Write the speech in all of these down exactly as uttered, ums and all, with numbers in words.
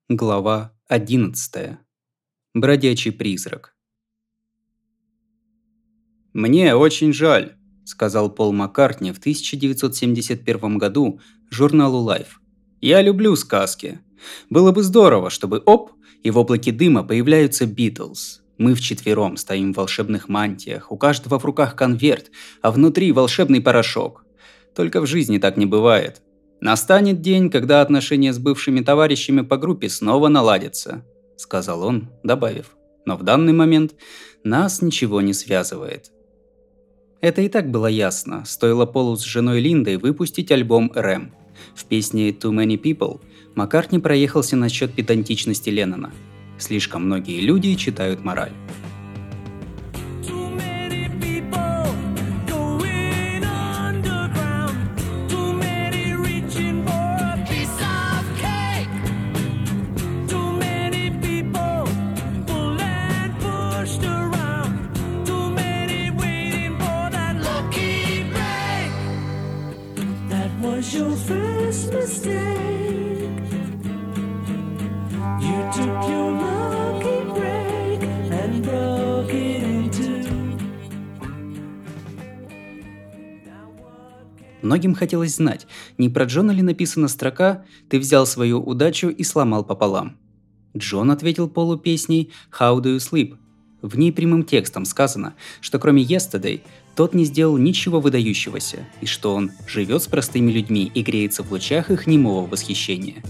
Глава одиннадцатая. Бродячий призрак. «Мне очень жаль», – сказал Пол Маккартни в тысяча девятьсот семьдесят первом году журналу Life. «Я люблю сказки. Было бы здорово, чтобы оп, и в облаке дыма появляются Битлз. Мы вчетвером стоим в волшебных мантиях, у каждого в руках конверт, а внутри волшебный порошок. Только в жизни так не бывает. Настанет день, когда отношения с бывшими товарищами по группе снова наладятся», – сказал он, добавив. «Но в данный момент нас ничего не связывает». Это и так было ясно, стоило Полу с женой Линдой выпустить альбом «Рэм». В песне «Too Many People» Маккартни проехался насчет педантичности Леннона. Слишком многие люди читают мораль. Was your first mistake? You took your lucky break and broke it in two. Многим хотелось знать, не про Джона ли написана строка «Ты взял свою удачу и сломал пополам». Джон ответил Полу песней «How do you sleep?». В ней прямым текстом сказано, что кроме Yesterday, тот не сделал ничего выдающегося, и что он живет с простыми людьми и греется в лучах их немого восхищения.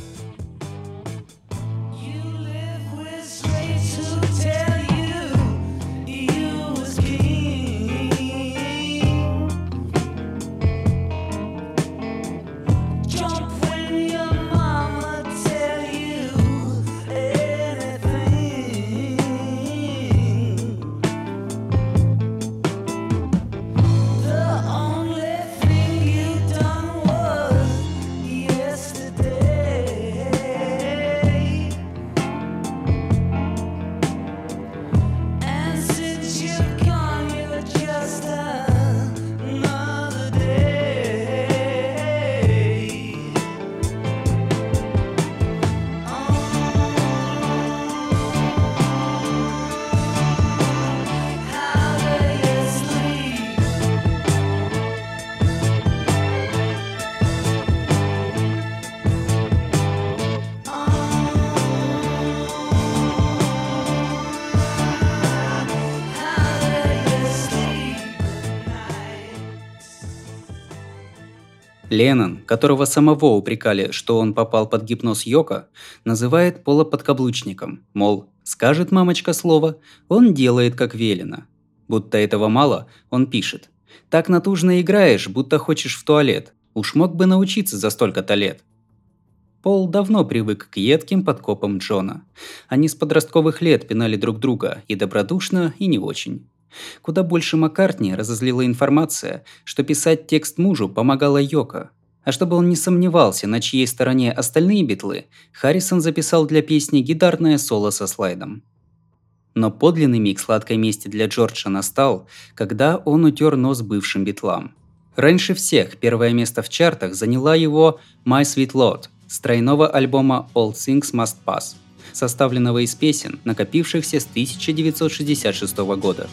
Леннон, которого самого упрекали, что он попал под гипноз Йоко, называет Пола подкаблучником, мол, скажет мамочка слово, он делает как велено. Будто этого мало, он пишет: «Так натужно играешь, будто хочешь в туалет, уж мог бы научиться за столько-то лет». Пол давно привык к едким подкопам Джона. Они с подростковых лет пинали друг друга, и добродушно, и не очень. Куда больше Маккартни разозлила информация, что писать текст мужу помогала Йоко. А чтобы он не сомневался, на чьей стороне остальные битлы, Харрисон записал для песни гитарное соло со слайдом. Но подлинный миг сладкой мести для Джорджа настал, когда он утер нос бывшим битлам. Раньше всех первое место в чартах заняла его «My Sweet Lord» с тройного альбома «All Things Must Pass», составленного из песен, накопившихся с тысяча девятьсот шестьдесят шестого года.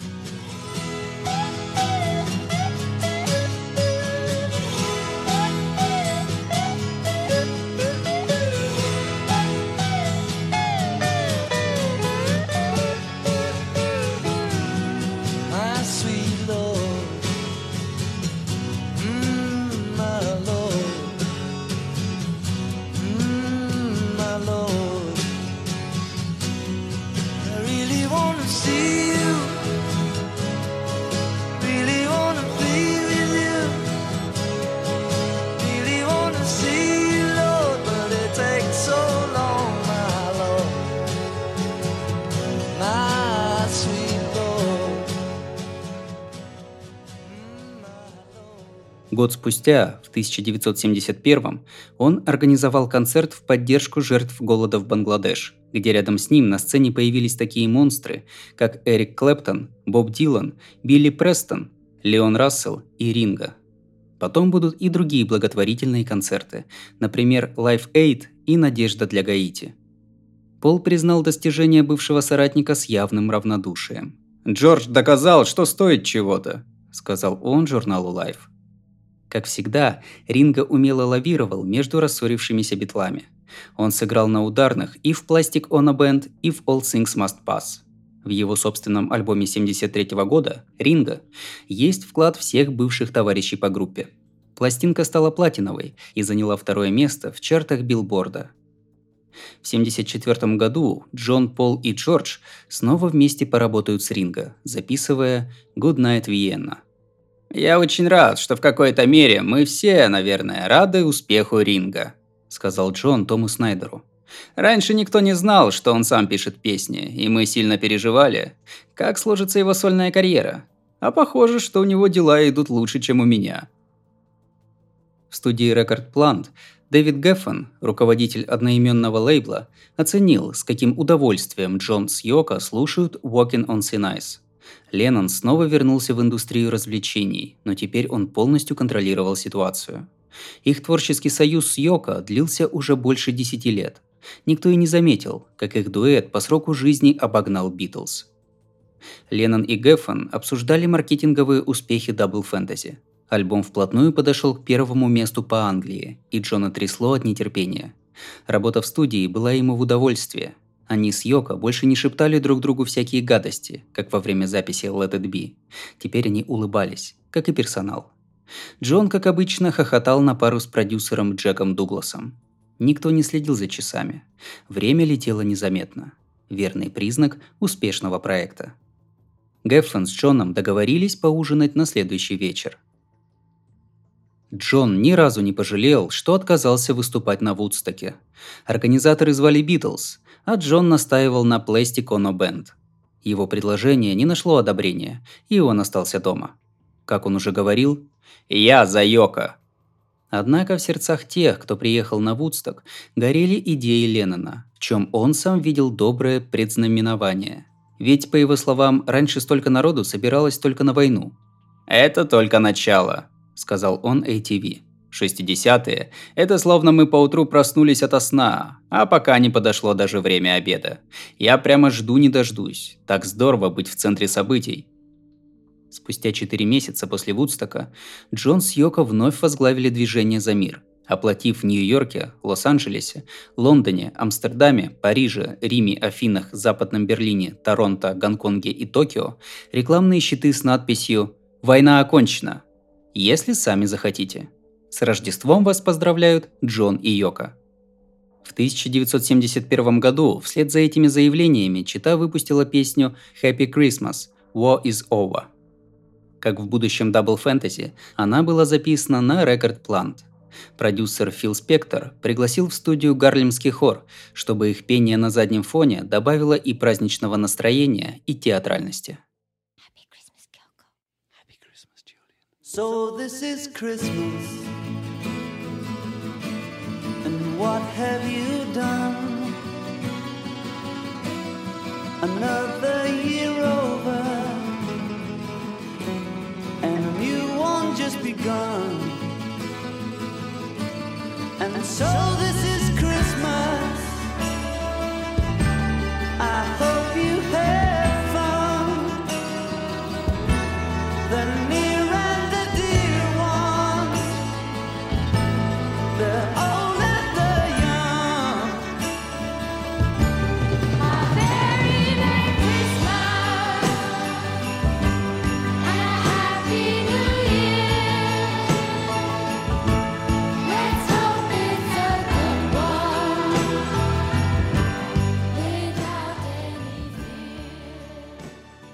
Год спустя, в тысяча девятьсот семьдесят первом, он организовал концерт в поддержку жертв голода в Бангладеш, где рядом с ним на сцене появились такие монстры, как Эрик Клэптон, Боб Дилан, Билли Престон, Леон Рассел и Ринго. Потом будут и другие благотворительные концерты, например, Live Aid и Надежда для Гаити. Пол признал достижение бывшего соратника с явным равнодушием. «Джордж доказал, что стоит чего-то», – сказал он журналу Life. Как всегда, Ринго умело лавировал между рассорившимися битлами. Он сыграл на ударных и в Plastic Ono Band, и в All Things Must Pass. В его собственном альбоме семьдесят третьего года «Ринго» есть вклад всех бывших товарищей по группе. Пластинка стала платиновой и заняла второе место в чартах Билборда. В семьдесят четвёртом году Джон, Пол и Джордж снова вместе поработают с Ринго, записывая «Good Night Vienna». «Я очень рад, что в какой-то мере мы все, наверное, рады успеху Ринго», – сказал Джон Тому Снайдеру. «Раньше никто не знал, что он сам пишет песни, и мы сильно переживали, как сложится его сольная карьера. А похоже, что у него дела идут лучше, чем у меня». В студии Record Plant Дэвид Геффен, руководитель одноименного лейбла, оценил, с каким удовольствием Джон с Йоко слушают «Walking on Thin Ice». Леннон снова вернулся в индустрию развлечений, но теперь он полностью контролировал ситуацию. Их творческий союз с Йоко длился уже больше десяти лет. Никто и не заметил, как их дуэт по сроку жизни обогнал Битлз. Леннон и Геффен обсуждали маркетинговые успехи Double Fantasy. Альбом вплотную подошел к первому месту по Англии, и Джона трясло от нетерпения. Работа в студии была ему в удовольствие. Они с Йоко больше не шептали друг другу всякие гадости, как во время записи Let It Be. Теперь они улыбались, как и персонал. Джон, как обычно, хохотал на пару с продюсером Джеком Дугласом. Никто не следил за часами. Время летело незаметно. Верный признак успешного проекта. Геффен с Джоном договорились поужинать на следующий вечер. Джон ни разу не пожалел, что отказался выступать на Вудстоке. Организаторы звали Битлз, а Джон настаивал на Plastic Ono Band. Его предложение не нашло одобрения, и он остался дома. Как он уже говорил, «Я за Йоко». Однако в сердцах тех, кто приехал на Вудсток, горели идеи Леннона, в чем он сам видел доброе предзнаменование. Ведь, по его словам, раньше столько народу собиралось только на войну. «Это только начало», – сказал он эй ти ви. «Шестидесятые – это словно мы поутру проснулись ото сна, а пока не подошло даже время обеда. Я прямо жду не дождусь. Так здорово быть в центре событий». Спустя четыре месяца после Вудстока Джон с Йоко вновь возглавили движение за мир, оплатив в Нью-Йорке, Лос-Анджелесе, Лондоне, Амстердаме, Париже, Риме, Афинах, Западном Берлине, Торонто, Гонконге и Токио рекламные щиты с надписью «Война окончена, если сами захотите». С Рождеством вас поздравляют Джон и Йоко. В тысяча девятьсот семьдесят первом году вслед за этими заявлениями чита выпустила песню «Happy Christmas, War is Over». Как в будущем Double Fantasy, она была записана на Record Plant. Продюсер Фил Спектор пригласил в студию гарлемский хор, чтобы их пение на заднем фоне добавило и праздничного настроения, и театральности. Happy Christmas, Kyoko. Happy Christmas, Julian. So this is Christmas. And what have you done? Another year over. And a new one just begun. And so this is Christmas. I hope you have fun. The near and the dear ones, the old and the young. A very Merry Christmas and a Happy New Year. Let's hope it's a good one without any fear.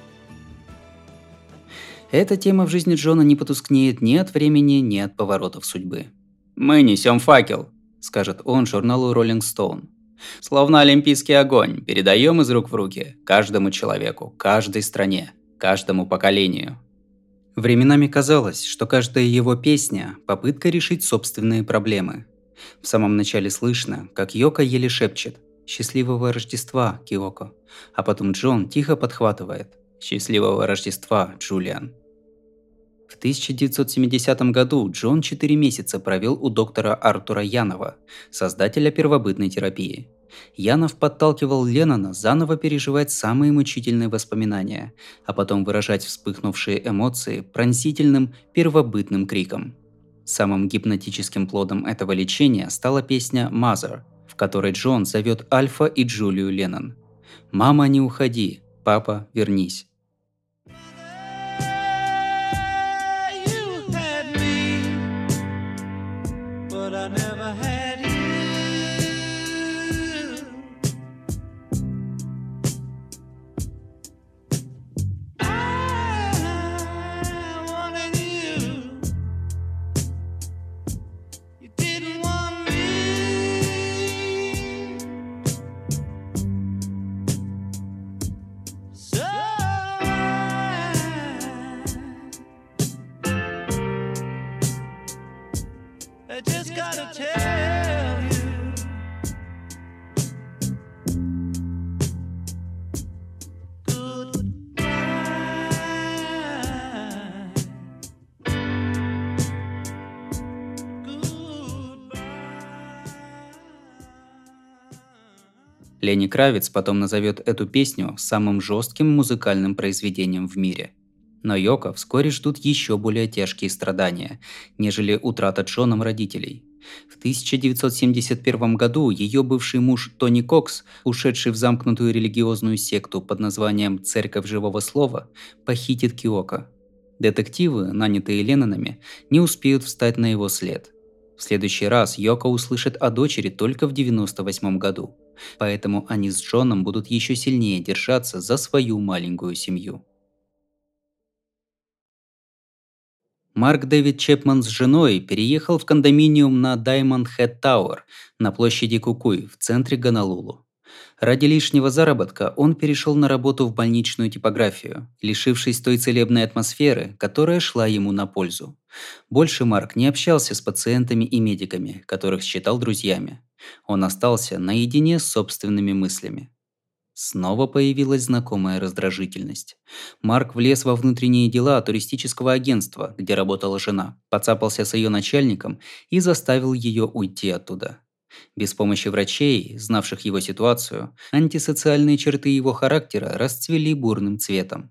Эта тема в жизни Джона не потускнеет ни от времени, ни от поворотов судьбы. «Мы несем факел», – скажет он журналу Rolling Stone. «Словно олимпийский огонь, передаем из рук в руки каждому человеку, каждой стране, каждому поколению». Временами казалось, что каждая его песня – попытка решить собственные проблемы. В самом начале слышно, как Йоко еле шепчет «Счастливого Рождества, Киоко», а потом Джон тихо подхватывает «Счастливого Рождества, Джулиан». В тысяча девятьсот семидесятом году Джон четыре месяца провел у доктора Артура Янова, создателя первобытной терапии. Янов подталкивал Леннона заново переживать самые мучительные воспоминания, а потом выражать вспыхнувшие эмоции пронзительным первобытным криком. Самым гипнотическим плодом этого лечения стала песня «Mother», в которой Джон зовет Альфа и Джулию Леннон. «Мама, не уходи, папа, вернись». You had me, but I never had you. I wanted you. You didn't want me. So I just gotta tell you, goodbye. Goodbye. Ленни Кравиц потом назовет эту песню самым жестким музыкальным произведением в мире. Но Йоко вскоре ждут еще более тяжкие страдания, нежели утрата Джоном родителей. В тысяча девятьсот семьдесят первом году ее бывший муж Тони Кокс, ушедший в замкнутую религиозную секту под названием «Церковь живого слова», похитит Киоко. Детективы, нанятые Леннонами, не успеют встать на его след. В следующий раз Йоко услышит о дочери только в девяносто восьмом году, поэтому они с Джоном будут еще сильнее держаться за свою маленькую семью. Марк Дэвид Чепман с женой переехал в кондоминиум на Diamond Head Tower на площади Кукуй в центре Гонолулу. Ради лишнего заработка он перешел на работу в больничную типографию, лишившись той целебной атмосферы, которая шла ему на пользу. Больше Марк не общался с пациентами и медиками, которых считал друзьями. Он остался наедине с собственными мыслями. Снова появилась знакомая раздражительность. Марк влез во внутренние дела туристического агентства, где работала жена, поцапался с ее начальником и заставил ее уйти оттуда. Без помощи врачей, знавших его ситуацию, антисоциальные черты его характера расцвели бурным цветом.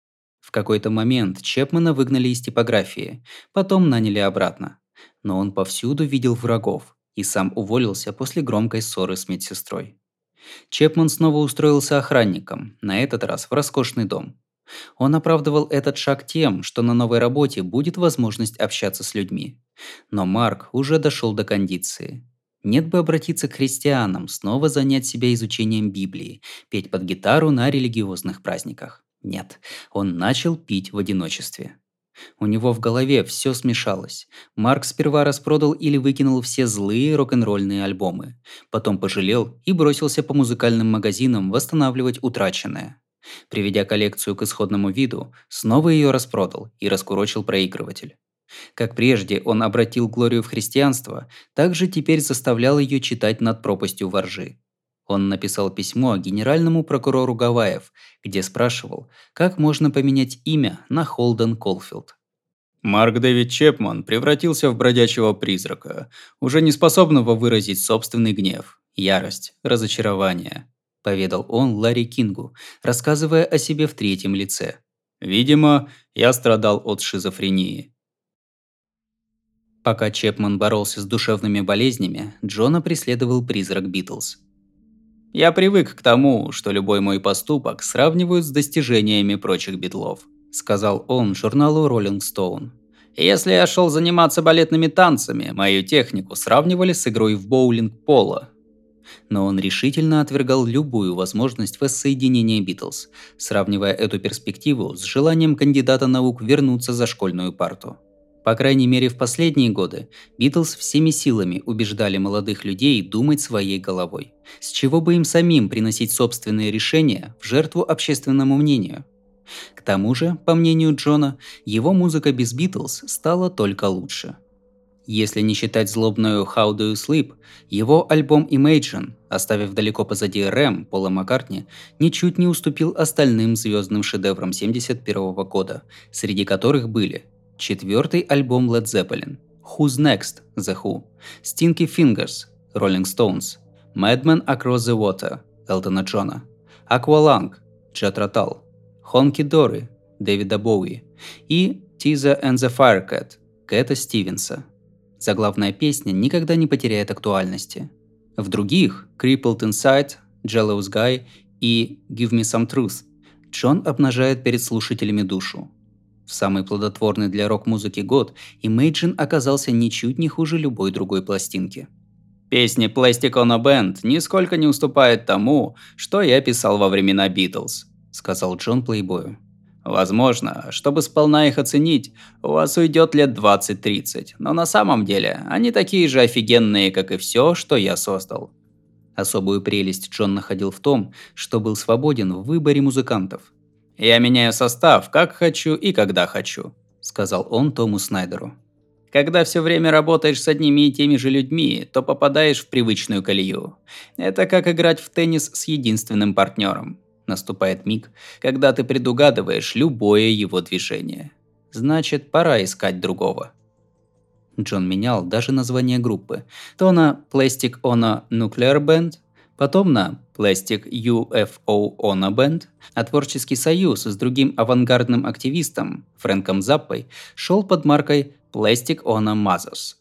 В какой-то момент Чепмана выгнали из типографии, потом наняли обратно. Но он повсюду видел врагов и сам уволился после громкой ссоры с медсестрой. Чепман снова устроился охранником, на этот раз в роскошный дом. Он оправдывал этот шаг тем, что на новой работе будет возможность общаться с людьми. Но Марк уже дошел до кондиции. Нет бы обратиться к христианам, снова занять себя изучением Библии, петь под гитару на религиозных праздниках. Нет, он начал пить в одиночестве. У него в голове все смешалось. Марк сперва распродал или выкинул все злые рок-н-ролльные альбомы. Потом пожалел и бросился по музыкальным магазинам восстанавливать утраченное. Приведя коллекцию к исходному виду, снова ее распродал и раскурочил проигрыватель. Как прежде он обратил Глорию в христианство, так же теперь заставлял ее читать над пропастью воржи. Он написал письмо генеральному прокурору Гавайев, где спрашивал, как можно поменять имя на Холден Колфилд. Марк Дэвид Чепман превратился в бродячего призрака, уже не способного выразить собственный гнев, ярость, разочарование, поведал он Ларри Кингу, рассказывая о себе в третьем лице. Видимо, я страдал от шизофрении. Пока Чепман боролся с душевными болезнями, Джона преследовал призрак Битлз. «Я привык к тому, что любой мой поступок сравнивают с достижениями прочих битлов», — сказал он журналу Rolling Stone. «Если я шел заниматься балетными танцами, мою технику сравнивали с игрой в боулинг-поло». Но он решительно отвергал любую возможность воссоединения Битлз, сравнивая эту перспективу с желанием кандидата наук вернуться за школьную парту. По крайней мере, в последние годы Битлз всеми силами убеждали молодых людей думать своей головой. С чего бы им самим приносить собственные решения в жертву общественному мнению? К тому же, по мнению Джона, его музыка без Битлз стала только лучше. Если не считать злобную «How Do You Sleep», его альбом Imagine, оставив далеко позади Рэм Пола Маккартни, ничуть не уступил остальным звездным шедеврам семьдесят первого года, среди которых были четвертый альбом Led Zeppelin, Who's Next – The Who, Stinky Fingers – Rolling Stones, Madman Across the Water Элтона Джона, Aqualung Джethro Tull, Honky Dory Дэвида Боуи и Teaser and the Firecat Кэта Стивенса. Заглавная песня никогда не потеряет актуальности. В других Crippled Inside, Jealous Guy и Give Me Some Truth Джон обнажает перед слушателями душу. В самый плодотворный для рок-музыки год Imagine оказался ничуть не хуже любой другой пластинки. Песня Plastic on a Band нисколько не уступает тому, что я писал во времена Beatles, сказал Джон Плейбою. Возможно, чтобы сполна их оценить, у вас уйдет лет двадцать-тридцать, но на самом деле они такие же офигенные, как и все, что я создал. Особую прелесть Джон находил в том, что был свободен в выборе музыкантов. «Я меняю состав, как хочу и когда хочу», — сказал он Тому Снайдеру. «Когда все время работаешь с одними и теми же людьми, то попадаешь в привычную колею. Это как играть в теннис с единственным партнером. Наступает миг, когда ты предугадываешь любое его движение. Значит, пора искать другого». Джон менял даже название группы. То на Plastic Ono Nuclear Band, потом на Plastic ю эф о Ono Band, а творческий союз с другим авангардным активистом, Фрэнком Заппой, шел под маркой Plastic Ono Mothers.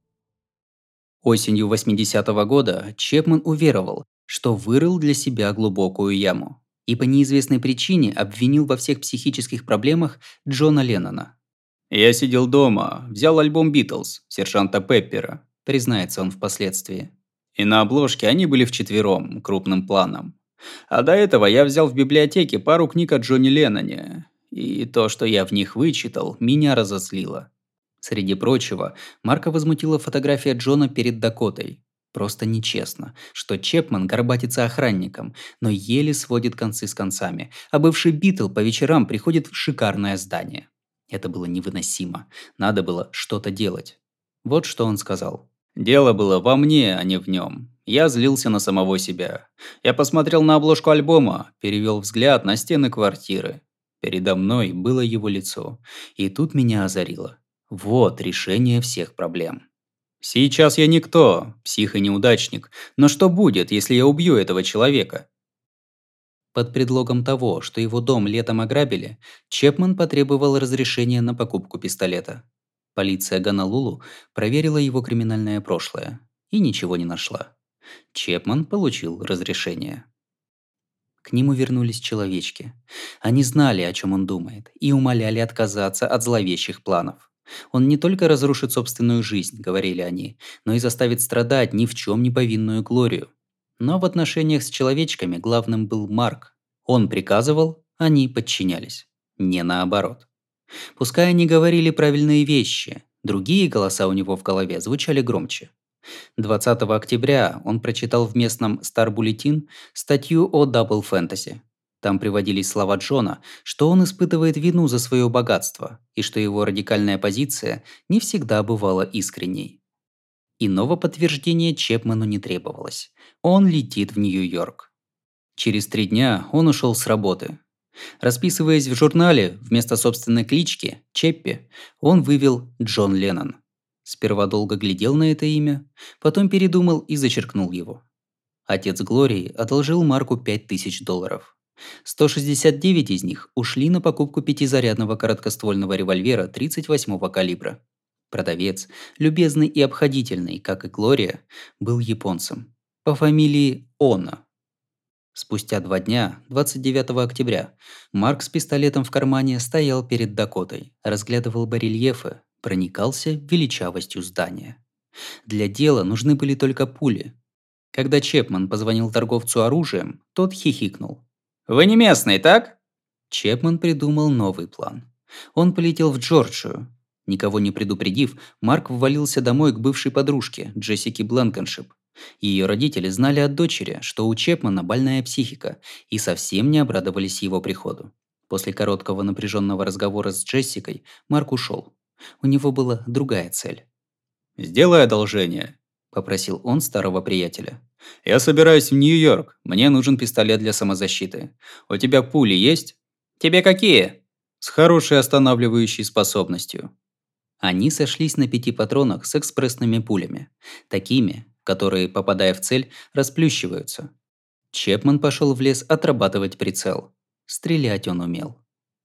Осенью восьмидесятого года Чепман уверовал, что вырыл для себя глубокую яму, и по неизвестной причине обвинил во всех психических проблемах Джона Леннона. «Я сидел дома, взял альбом Beatles, сержанта Пеппера», признается он впоследствии. «И на обложке они были вчетвером, крупным планом. А до этого я взял в библиотеке пару книг о Джоне Ленноне, и то, что я в них вычитал, меня разозлило». Среди прочего, Марка возмутила фотография Джона перед Дакотой. Просто нечестно, что Чепман горбатится охранником, но еле сводит концы с концами, а бывший Битл по вечерам приходит в шикарное здание. Это было невыносимо. Надо было что-то делать. Вот что он сказал. «Дело было во мне, а не в нем. Я злился на самого себя. Я посмотрел на обложку альбома, перевел взгляд на стены квартиры. Передо мной было его лицо. И тут меня озарило. Вот решение всех проблем. Сейчас я никто, псих и неудачник. Но что будет, если я убью этого человека?» Под предлогом того, что его дом летом ограбили, Чепман потребовал разрешения на покупку пистолета. Полиция Гонолулу проверила его криминальное прошлое и ничего не нашла. Чепман получил разрешение. К нему вернулись человечки. Они знали, о чем он думает, и умоляли отказаться от зловещих планов. Он не только разрушит собственную жизнь, говорили они, но и заставит страдать ни в чем не повинную Глорию. Но в отношениях с человечками главным был Марк. Он приказывал, они подчинялись. Не наоборот. Пускай они говорили правильные вещи, другие голоса у него в голове звучали громче. двадцатого октября он прочитал в местном Star Bulletin статью о Double Fantasy. Там приводились слова Джона, что он испытывает вину за свое богатство и что его радикальная позиция не всегда бывала искренней. Иного подтверждения Чепману не требовалось. Он летит в Нью-Йорк. Через три дня он ушел с работы. Расписываясь в журнале, вместо собственной клички, Чеппи, он вывел Джон Леннон. Сперва долго глядел на это имя, потом передумал и зачеркнул его. Отец Глории одолжил Марку пять тысяч долларов. сто шестьдесят девять из них ушли на покупку пятизарядного короткоствольного револьвера тридцать восьмого калибра. Продавец, любезный и обходительный, как и Глория, был японцем по фамилии Оно. Спустя два дня, двадцать девятого октября, Марк с пистолетом в кармане стоял перед Дакотой, разглядывал барельефы, проникался величавостью здания. Для дела нужны были только пули. Когда Чепман позвонил торговцу оружием, тот хихикнул. «Вы не местный, так?» Чепман придумал новый план. Он полетел в Джорджию. Никого не предупредив, Марк ввалился домой к бывшей подружке, Джессике Бленкеншип. Ее родители знали от дочери, что у Чепмана больная психика, и совсем не обрадовались его приходу. После короткого напряженного разговора с Джессикой Марк ушел. У него была другая цель. «Сделай одолжение», – попросил он старого приятеля. «Я собираюсь в Нью-Йорк. Мне нужен пистолет для самозащиты. У тебя пули есть?» «Тебе какие?» «С хорошей останавливающей способностью». Они сошлись на пяти патронах с экспрессными пулями. Такими которые, попадая в цель, расплющиваются. Чепман пошел в лес отрабатывать прицел. Стрелять он умел.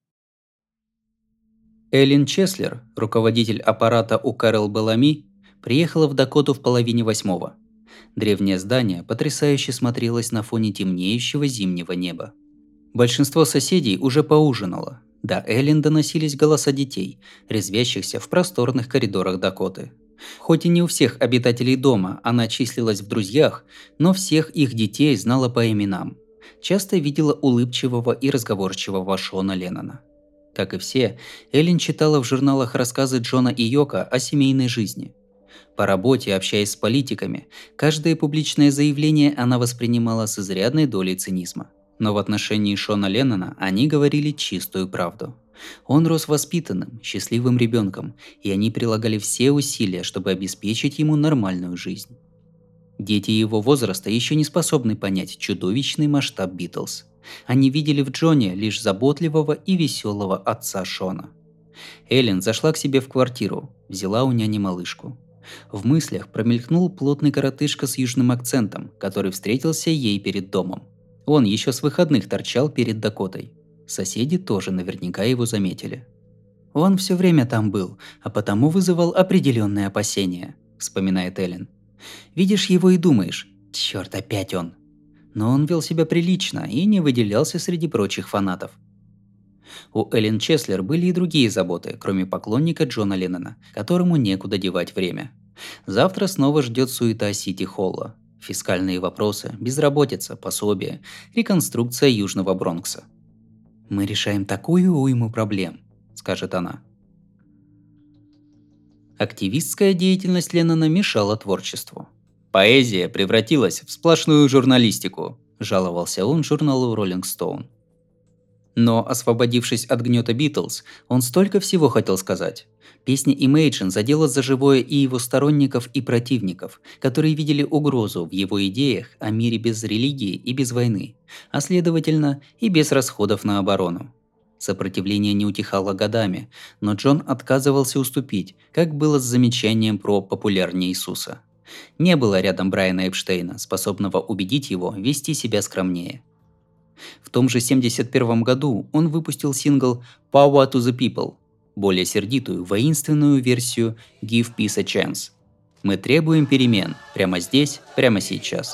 Эллен Чеслер, руководитель аппарата у Кэрол Беллами, приехала в Дакоту в половине восьмого. Древнее здание потрясающе смотрелось на фоне темнеющего зимнего неба. Большинство соседей уже поужинало. До Эллен доносились голоса детей, резвящихся в просторных коридорах Дакоты. Хоть и не у всех обитателей дома она числилась в друзьях, но всех их детей знала по именам. Часто видела улыбчивого и разговорчивого Шона Леннона. Как и все, Эллен читала в журналах рассказы Джона и Йоко о семейной жизни. По работе, общаясь с политиками, каждое публичное заявление она воспринимала с изрядной долей цинизма. Но в отношении Шона Леннона они говорили чистую правду. Он рос воспитанным, счастливым ребенком, и они прилагали все усилия, чтобы обеспечить ему нормальную жизнь. Дети его возраста еще не способны понять чудовищный масштаб Битлз. Они видели в Джоне лишь заботливого и веселого отца Шона. Эллен зашла к себе в квартиру, взяла у няни малышку. В мыслях промелькнул плотный коротышка с южным акцентом, который встретился ей перед домом. Он еще с выходных торчал перед Дакотой. Соседи тоже наверняка его заметили. «Он все время там был, а потому вызывал определенные опасения», – вспоминает Эллен. «Видишь его и думаешь, черт, опять он». Но он вел себя прилично и не выделялся среди прочих фанатов. У Эллен Чеслер были и другие заботы, кроме поклонника Джона Леннона, которому некуда девать время. Завтра снова ждет суета Сити-Холла. Фискальные вопросы, безработица, пособие, реконструкция Южного Бронкса. «Мы решаем такую уйму проблем», – скажет она. Активистская деятельность Леннона мешала творчеству. «Поэзия превратилась в сплошную журналистику», – жаловался он журналу Rolling Stone. Но, освободившись от гнета Битлз, он столько всего хотел сказать. Песня Imagine задела за живое и его сторонников, и противников, которые видели угрозу в его идеях о мире без религии и без войны, а следовательно и без расходов на оборону. Сопротивление не утихало годами, но Джон отказывался уступить, как было с замечанием про популярнее Иисуса. Не было рядом Брайана Эпштейна, способного убедить его вести себя скромнее. В том же семьдесят первом году он выпустил сингл «Power to the People», более сердитую, воинственную версию «Give Peace a Chance». Мы требуем перемен прямо здесь, прямо сейчас.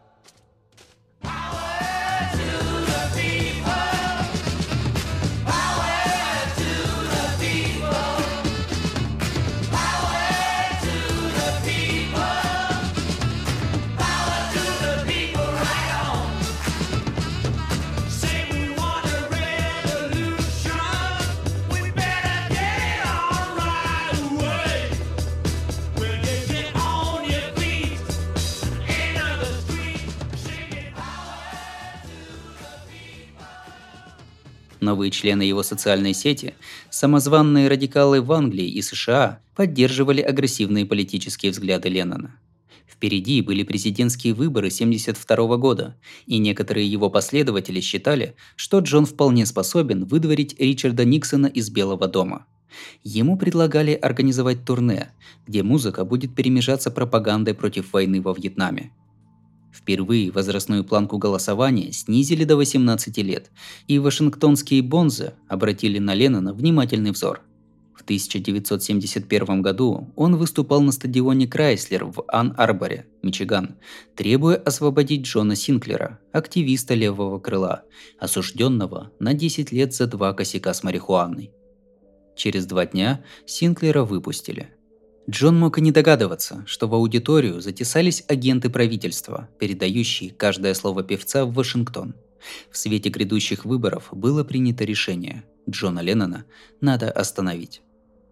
Новые члены его социальной сети, самозванные радикалы в Англии и США, поддерживали агрессивные политические взгляды Леннона. Впереди были президентские выборы семьдесят второго года, и некоторые его последователи считали, что Джон вполне способен выдворить Ричарда Никсона из Белого дома. Ему предлагали организовать турне, где музыка будет перемежаться пропагандой против войны во Вьетнаме. Впервые возрастную планку голосования снизили до восемнадцати лет, и вашингтонские бонзы обратили на Леннона внимательный взор. В тысяча девятьсот семьдесят первом году он выступал на стадионе Крайслер в Ан-Арборе, Мичиган, требуя освободить Джона Синклера, активиста левого крыла, осужденного на десять лет за два косяка с марихуаной. Через два дня Синклера выпустили. Джон мог и не догадываться, что в аудиторию затесались агенты правительства, передающие каждое слово певца в Вашингтон. В свете грядущих выборов было принято решение – Джона Леннона надо остановить.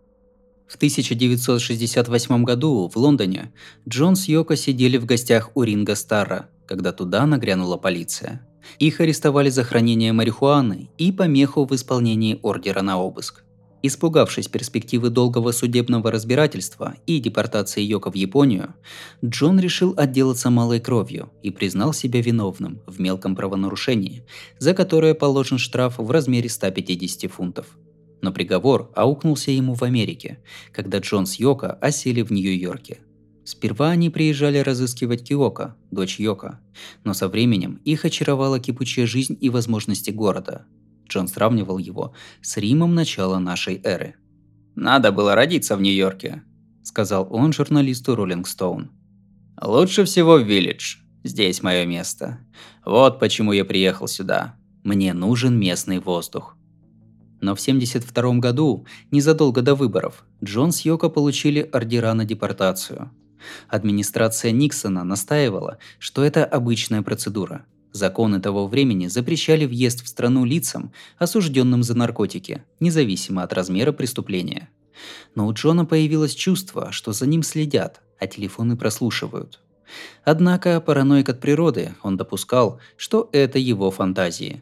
В тысяча девятьсот шестьдесят восьмом году в Лондоне Джон с Йоко сидели в гостях у Ринго Старра, когда туда нагрянула полиция. Их арестовали за хранение марихуаны и помеху в исполнении ордера на обыск. Испугавшись перспективы долгого судебного разбирательства и депортации Йоко в Японию, Джон решил отделаться малой кровью и признал себя виновным в мелком правонарушении, за которое положен штраф в размере ста пятидесяти фунтов. Но приговор аукнулся ему в Америке, когда Джон с Йоко осели в Нью-Йорке. Сперва они приезжали разыскивать Киоко, дочь Йоко, но со временем их очаровала кипучая жизнь и возможности города. Джон сравнивал его с Римом начала нашей эры. «Надо было родиться в Нью-Йорке», – сказал он журналисту Rolling Stone. «Лучше всего в Виллидж. Здесь мое место. Вот почему я приехал сюда. Мне нужен местный воздух». Но в семьдесят втором году, незадолго до выборов, Джон с Йоко получили ордера на депортацию. Администрация Никсона настаивала, что это обычная процедура. Законы того времени запрещали въезд в страну лицам, осужденным за наркотики, независимо от размера преступления. Но у Джона появилось чувство, что за ним следят, а телефоны прослушивают. Однако, параноик от природы, он допускал, что это его фантазии.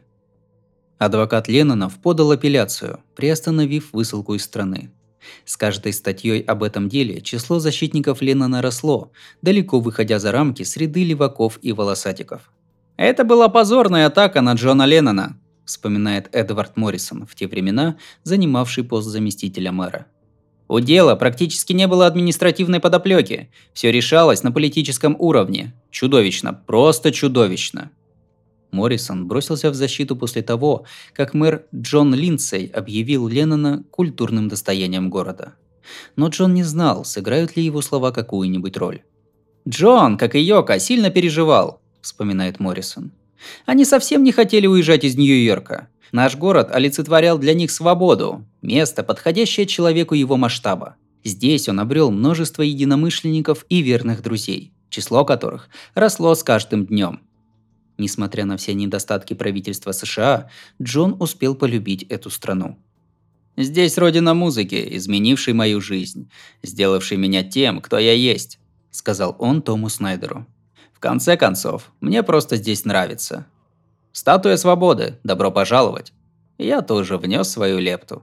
Адвокат Леннонов подал апелляцию, приостановив высылку из страны. С каждой статьей об этом деле число защитников Леннона росло, далеко выходя за рамки среды леваков и волосатиков. «Это была позорная атака на Джона Леннона», вспоминает Эдвард Моррисон, в те времена занимавший пост заместителя мэра. «У дела практически не было административной подоплеки, все решалось на политическом уровне. Чудовищно, просто чудовищно». Моррисон бросился в защиту после того, как мэр Джон Линдсей объявил Леннона культурным достоянием города. Но Джон не знал, сыграют ли его слова какую-нибудь роль. «Джон, как и Йоко, сильно переживал», – вспоминает Моррисон. «Они совсем не хотели уезжать из Нью-Йорка. Наш город олицетворял для них свободу, место, подходящее человеку его масштаба. Здесь он обрел множество единомышленников и верных друзей, число которых росло с каждым днем». Несмотря на все недостатки правительства США, Джон успел полюбить эту страну. «Здесь родина музыки, изменившей мою жизнь, сделавшей меня тем, кто я есть», – сказал он Тому Снайдеру. «В конце концов, мне просто здесь нравится. Статуя свободы, добро пожаловать. Я тоже внес свою лепту».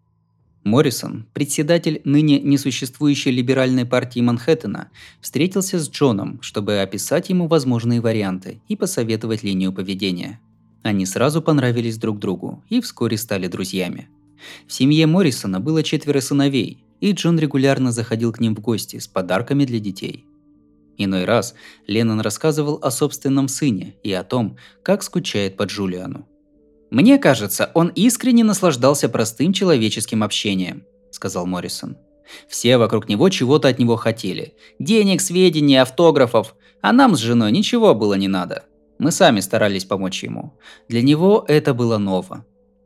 Моррисон, председатель ныне несуществующей либеральной партии Манхэттена, встретился с Джоном, чтобы описать ему возможные варианты и посоветовать линию поведения. Они сразу понравились друг другу и вскоре стали друзьями. В семье Моррисона было четверо сыновей, и Джон регулярно заходил к ним в гости с подарками для детей. Иной раз Леннон рассказывал о собственном сыне и о том, как скучает по Джулиану. «Мне кажется, он искренне наслаждался простым человеческим общением», – сказал Моррисон. «Все вокруг него чего-то от него хотели. Денег, сведений, автографов. А нам с женой ничего было не надо. Мы сами старались помочь ему. Для него это было ново».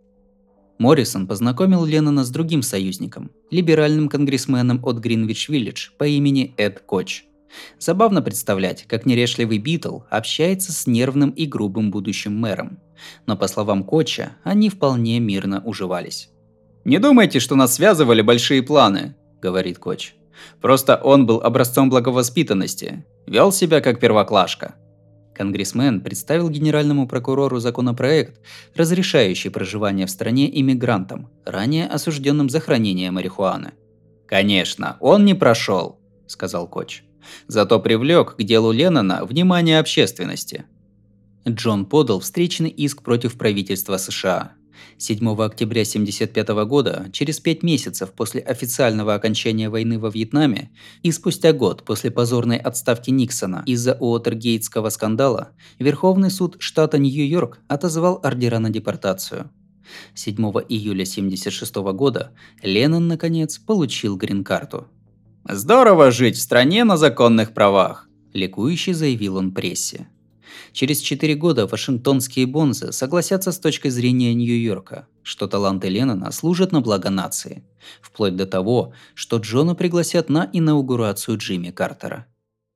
Моррисон познакомил Леннона с другим союзником, либеральным конгрессменом от Гринвич-Виллидж по имени Эд Коч. Забавно представлять, как неряшливый Битл общается с нервным и грубым будущим мэром. Но по словам Коча, они вполне мирно уживались. «Не думайте, что нас связывали большие планы», – говорит Коч. «Просто он был образцом благовоспитанности, вел себя как первоклашка». Конгрессмен представил генеральному прокурору законопроект, разрешающий проживание в стране иммигрантам, ранее осужденным за хранение марихуаны. «Конечно, он не прошел», – сказал Коч. «Зато привлек к делу Леннона внимание общественности». Джон подал встречный иск против правительства США. седьмого октября тысяча девятьсот семьдесят пятого года, через пять месяцев после официального окончания войны во Вьетнаме и спустя год после позорной отставки Никсона из-за Уотергейтского скандала, Верховный суд штата Нью-Йорк отозвал ордера на депортацию. седьмого июля тысяча девятьсот семьдесят шестого года Леннон, наконец, получил грин-карту. «Здорово жить в стране на законных правах», – ликующе заявил он прессе. Через четыре года вашингтонские бонзы согласятся с точки зрения Нью-Йорка, что таланты Леннона служат на благо нации, вплоть до того, что Джона пригласят на инаугурацию Джимми Картера.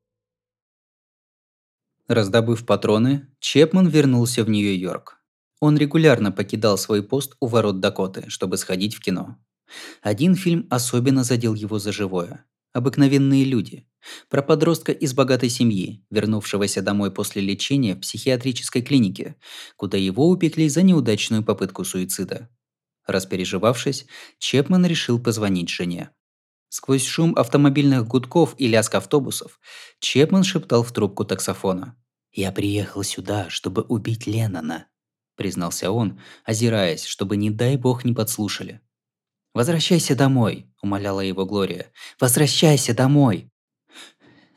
Раздобыв патроны, Чепман вернулся в Нью-Йорк. Он регулярно покидал свой пост у ворот Дакоты, чтобы сходить в кино. Один фильм особенно задел его за живое. «Обыкновенные люди», про подростка из богатой семьи, вернувшегося домой после лечения в психиатрической клинике, куда его упекли за неудачную попытку суицида. Распереживавшись, Чепман решил позвонить жене. Сквозь шум автомобильных гудков и лязг автобусов, Чепман шептал в трубку таксофона. «Я приехал сюда, чтобы убить Леннона», – признался он, озираясь, чтобы, не дай бог, не подслушали. «Возвращайся домой», – умоляла его Глория. «Возвращайся домой!»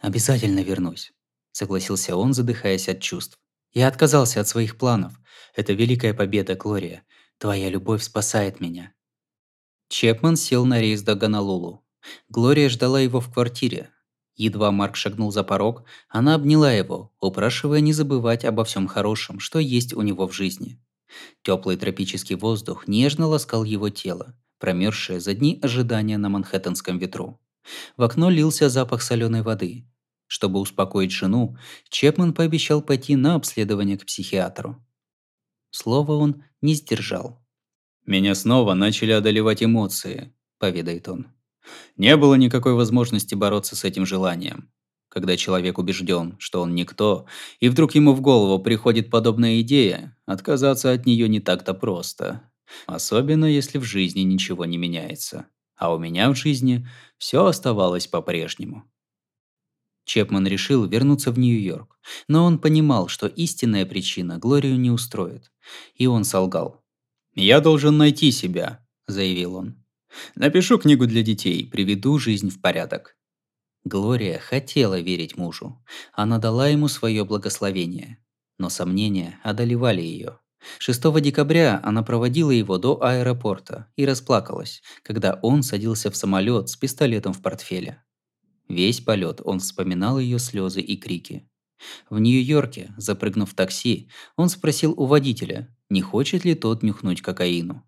«Обязательно вернусь», – согласился он, задыхаясь от чувств. «Я отказался от своих планов. Это великая победа, Глория. Твоя любовь спасает меня». Чепман сел на рейс до Гонолулу. Глория ждала его в квартире. Едва Марк шагнул за порог, она обняла его, упрашивая не забывать обо всем хорошем, что есть у него в жизни. Теплый тропический воздух нежно ласкал его тело, промерзшее за дни ожидания на манхэттенском ветру. В окно лился запах соленой воды. Чтобы успокоить жену, Чепман пообещал пойти на обследование к психиатру. Слова он не сдержал. «Меня снова начали одолевать эмоции», – поведает он. «Не было никакой возможности бороться с этим желанием. Когда человек убежден, что он никто, и вдруг ему в голову приходит подобная идея, отказаться от нее не так-то просто. Особенно если в жизни ничего не меняется. А у меня в жизни все оставалось по-прежнему». Чепман решил вернуться в Нью-Йорк, но он понимал, что истинная причина Глорию не устроит. И он солгал. «Я должен найти себя», – заявил он. «Напишу книгу для детей, приведу жизнь в порядок». Глория хотела верить мужу. Она дала ему свое благословение. Но сомнения одолевали ее. шестого декабря она проводила его до аэропорта и расплакалась, когда он садился в самолет с пистолетом в портфеле. Весь полет он вспоминал ее слезы и крики. В Нью-Йорке, запрыгнув в такси, он спросил у водителя, не хочет ли тот нюхнуть кокаину.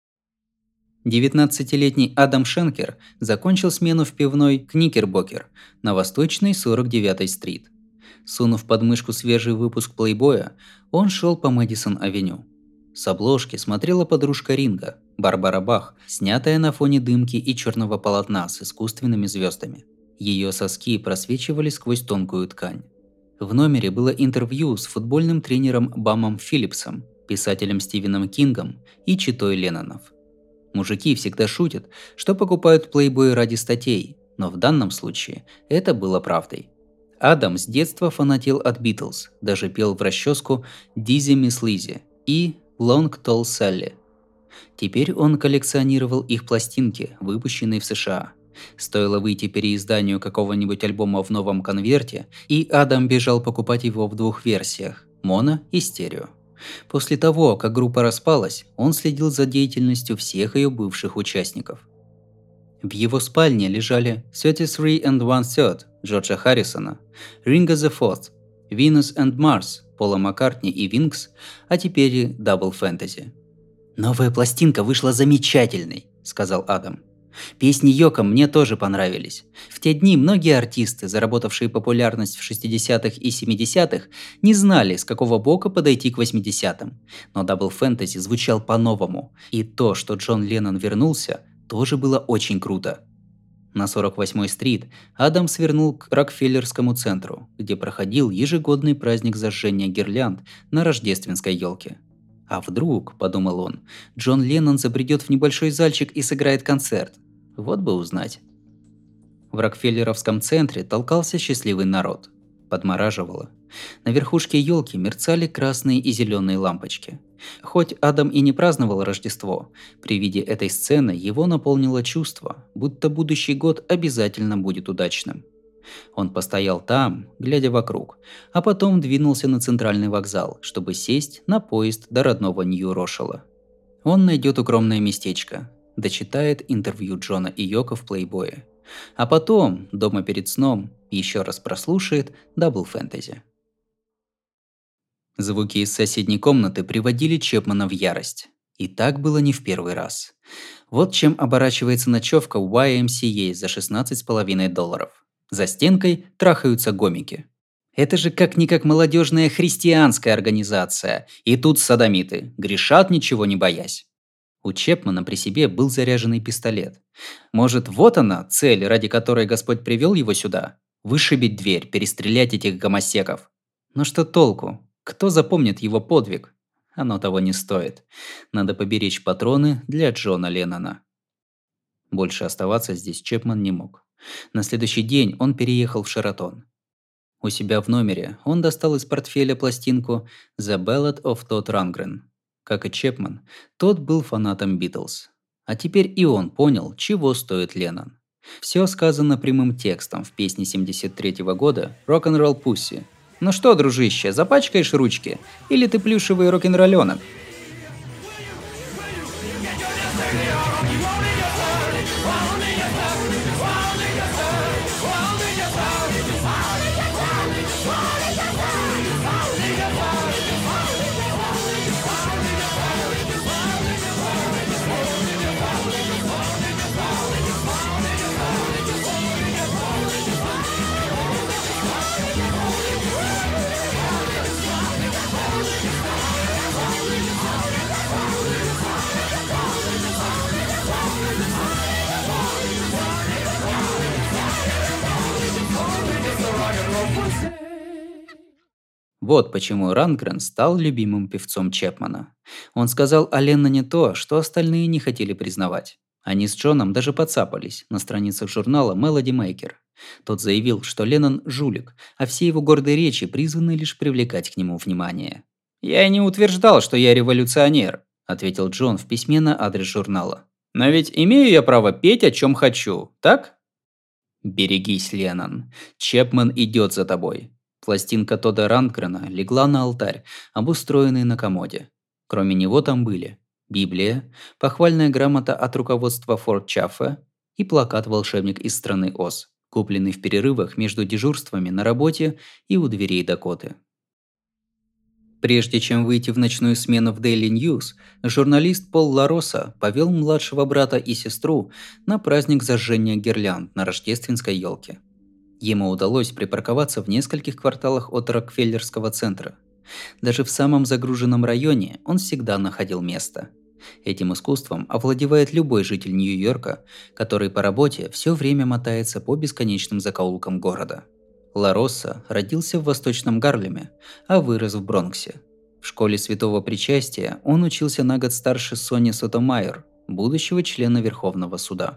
девятнадцатилетний Адам Шенкер закончил смену в пивной «Кникербокер» на Восточной сорок девятой стрит. Сунув под мышку свежий выпуск «Плейбоя», он шел по Мэдисон-авеню. С обложки смотрела подружка Ринга, Барбара Бах, снятая на фоне дымки и черного полотна с искусственными звездами. Ее соски просвечивали сквозь тонкую ткань. В номере было интервью с футбольным тренером Бамом Филлипсом, писателем Стивеном Кингом и читой Леннонов. Мужики всегда шутят, что покупают плейбой ради статей, но в данном случае это было правдой. Адам с детства фанател от Битлз, даже пел в расческу «Дизи Мисс Лизи» и «Long Tall Sally». Теперь он коллекционировал их пластинки, выпущенные в США. Стоило выйти переизданию какого-нибудь альбома в новом конверте, и Адам бежал покупать его в двух версиях – моно и стерео. После того, как группа распалась, он следил за деятельностью всех ее бывших участников. В его спальне лежали thirty-three and one third Джорджа Харрисона, Ringo the Fourth, Venus and Mars Пола Маккартни и Винкс, а теперь и Double Fantasy. «Новая пластинка вышла замечательной», – сказал Адам. «Песни Йоко мне тоже понравились. В те дни многие артисты, заработавшие популярность в шестидесятых и семидесятых, не знали, с какого бока подойти к восьмидесятым. Но Double Fantasy звучал по-новому, и то, что Джон Леннон вернулся, тоже было очень круто». На сорок восьмой стрит Адам свернул к Рокфеллерскому центру, где проходил ежегодный праздник зажжения гирлянд на рождественской елке. А вдруг, подумал он, Джон Леннон забредет в небольшой зальчик и сыграет концерт. Вот бы узнать. В Рокфеллеровском центре толкался счастливый народ. Подмораживало. На верхушке елки мерцали красные и зеленые лампочки. Хоть Адам и не праздновал Рождество, при виде этой сцены его наполнило чувство, будто будущий год обязательно будет удачным. Он постоял там, глядя вокруг, а потом двинулся на центральный вокзал, чтобы сесть на поезд до родного Нью-Рошелла. Он найдет укромное местечко, дочитает интервью Джона и Йоко в Плейбое, а потом, дома перед сном, еще раз прослушает Double Fantasy. Звуки из соседней комнаты приводили Чепмана в ярость. И так было не в первый раз. Вот чем оборачивается ночевка в уай эм си эй за шестнадцать с половиной долларов. За стенкой трахаются гомики. Это же как-никак молодежная христианская организация. И тут содомиты, грешат ничего не боясь. У Чепмана при себе был заряженный пистолет. Может, вот она, цель, ради которой Господь привел его сюда? Вышибить дверь, перестрелять этих гомосеков. Но что толку? Кто запомнит его подвиг? Оно того не стоит. Надо поберечь патроны для Джона Леннона. Больше оставаться здесь Чепман не мог. На следующий день он переехал в Шератон. У себя в номере он достал из портфеля пластинку «The Ballad of Todd Rundgren». Как и Чепман, тот был фанатом Битлз. А теперь и он понял, чего стоит Леннон. Все сказано прямым текстом в песне семьдесят третьего года «Rock'n'Roll Pussy». Ну что, дружище, запачкаешь ручки? Или ты плюшевый рок-н-ролленок? Вот почему Рангрен стал любимым певцом Чепмана. Он сказал о Ленноне то, что остальные не хотели признавать. Они с Джоном даже подцапались на страницах журнала Melody Maker. Тот заявил, что Леннон – жулик, а все его гордые речи призваны лишь привлекать к нему внимание. «Я и не утверждал, что я революционер», – ответил Джон в письме на адрес журнала. «Но ведь имею я право петь, о чем хочу, так?» «Берегись, Леннон. Чепман идет за тобой». Пластинка Тодда Рангрена легла на алтарь, обустроенный на комоде. Кроме него там были Библия, похвальная грамота от руководства Форт Чаффе и плакат «Волшебник из страны Оз», купленный в перерывах между дежурствами на работе и у дверей Дакоты. Прежде чем выйти в ночную смену в Daily News, журналист Пол Лароса повел младшего брата и сестру на праздник зажжения гирлянд на рождественской елке. Ему удалось припарковаться в нескольких кварталах от Рокфеллерского центра. Даже в самом загруженном районе он всегда находил место. Этим искусством овладевает любой житель Нью-Йорка, который по работе все время мотается по бесконечным закоулкам города. Лароса родился в Восточном Гарлеме, а вырос в Бронксе. В школе Святого Причастия он учился на год старше Сони Сотомайер, будущего члена Верховного суда.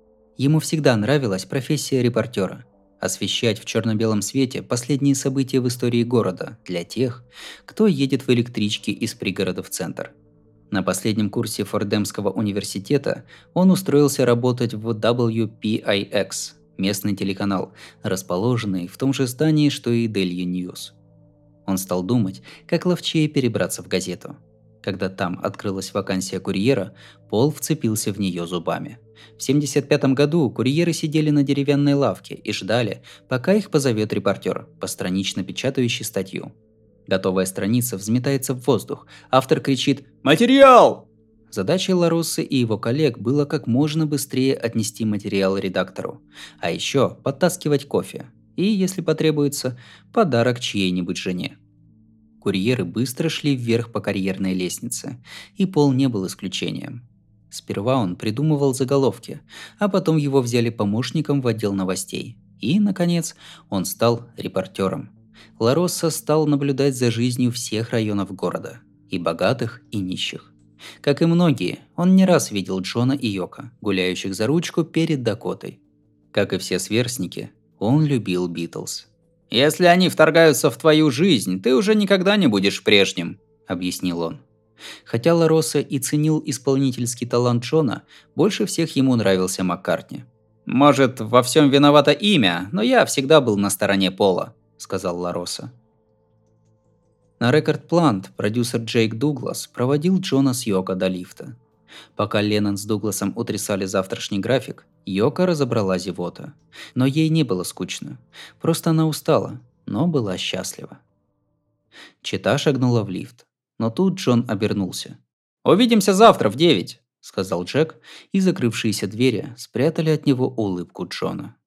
Ему всегда нравилась профессия репортера – освещать в черно-белом свете последние события в истории города для тех, кто едет в электричке из пригорода в центр. На последнем курсе Фордемского университета он устроился работать в дабл ю пи ай экс, местный телеканал, расположенный в том же здании, что и Daily News. Он стал думать, как ловчее перебраться в газету. Когда там открылась вакансия курьера, Пол вцепился в нее зубами. В семьдесят пятом году курьеры сидели на деревянной лавке и ждали, пока их позовет репортер, постранично печатающий статью. Готовая страница взметается в воздух, автор кричит «Материал!». Задачей Лароссы и его коллег было как можно быстрее отнести материал редактору, а еще подтаскивать кофе и, если потребуется, подарок чьей-нибудь жене. Курьеры быстро шли вверх по карьерной лестнице, и Пол не был исключением. Сперва он придумывал заголовки, а потом его взяли помощником в отдел новостей. И, наконец, он стал репортером. Ларосса стал наблюдать за жизнью всех районов города, и богатых, и нищих. Как и многие, он не раз видел Джона и Йоко, гуляющих за ручку перед Дакотой. Как и все сверстники, он любил Битлз. «Если они вторгаются в твою жизнь, ты уже никогда не будешь прежним», – объяснил он. Хотя Лароса и ценил исполнительский талант Джона, больше всех ему нравился Маккартни. «Может, во всем виновато имя, но я всегда был на стороне Пола», – сказал Лароса. На Рекорд Плант продюсер Джейк Дуглас проводил Джона с Йоко до лифта. Пока Леннон с Дугласом утрясали завтрашний график, Йоко разобрала зевота. Но ей не было скучно. Просто она устала, но была счастлива. Чета шагнула в лифт. Но тут Джон обернулся. «Увидимся завтра в девять», – сказал Джек, и закрывшиеся двери спрятали от него улыбку Джона.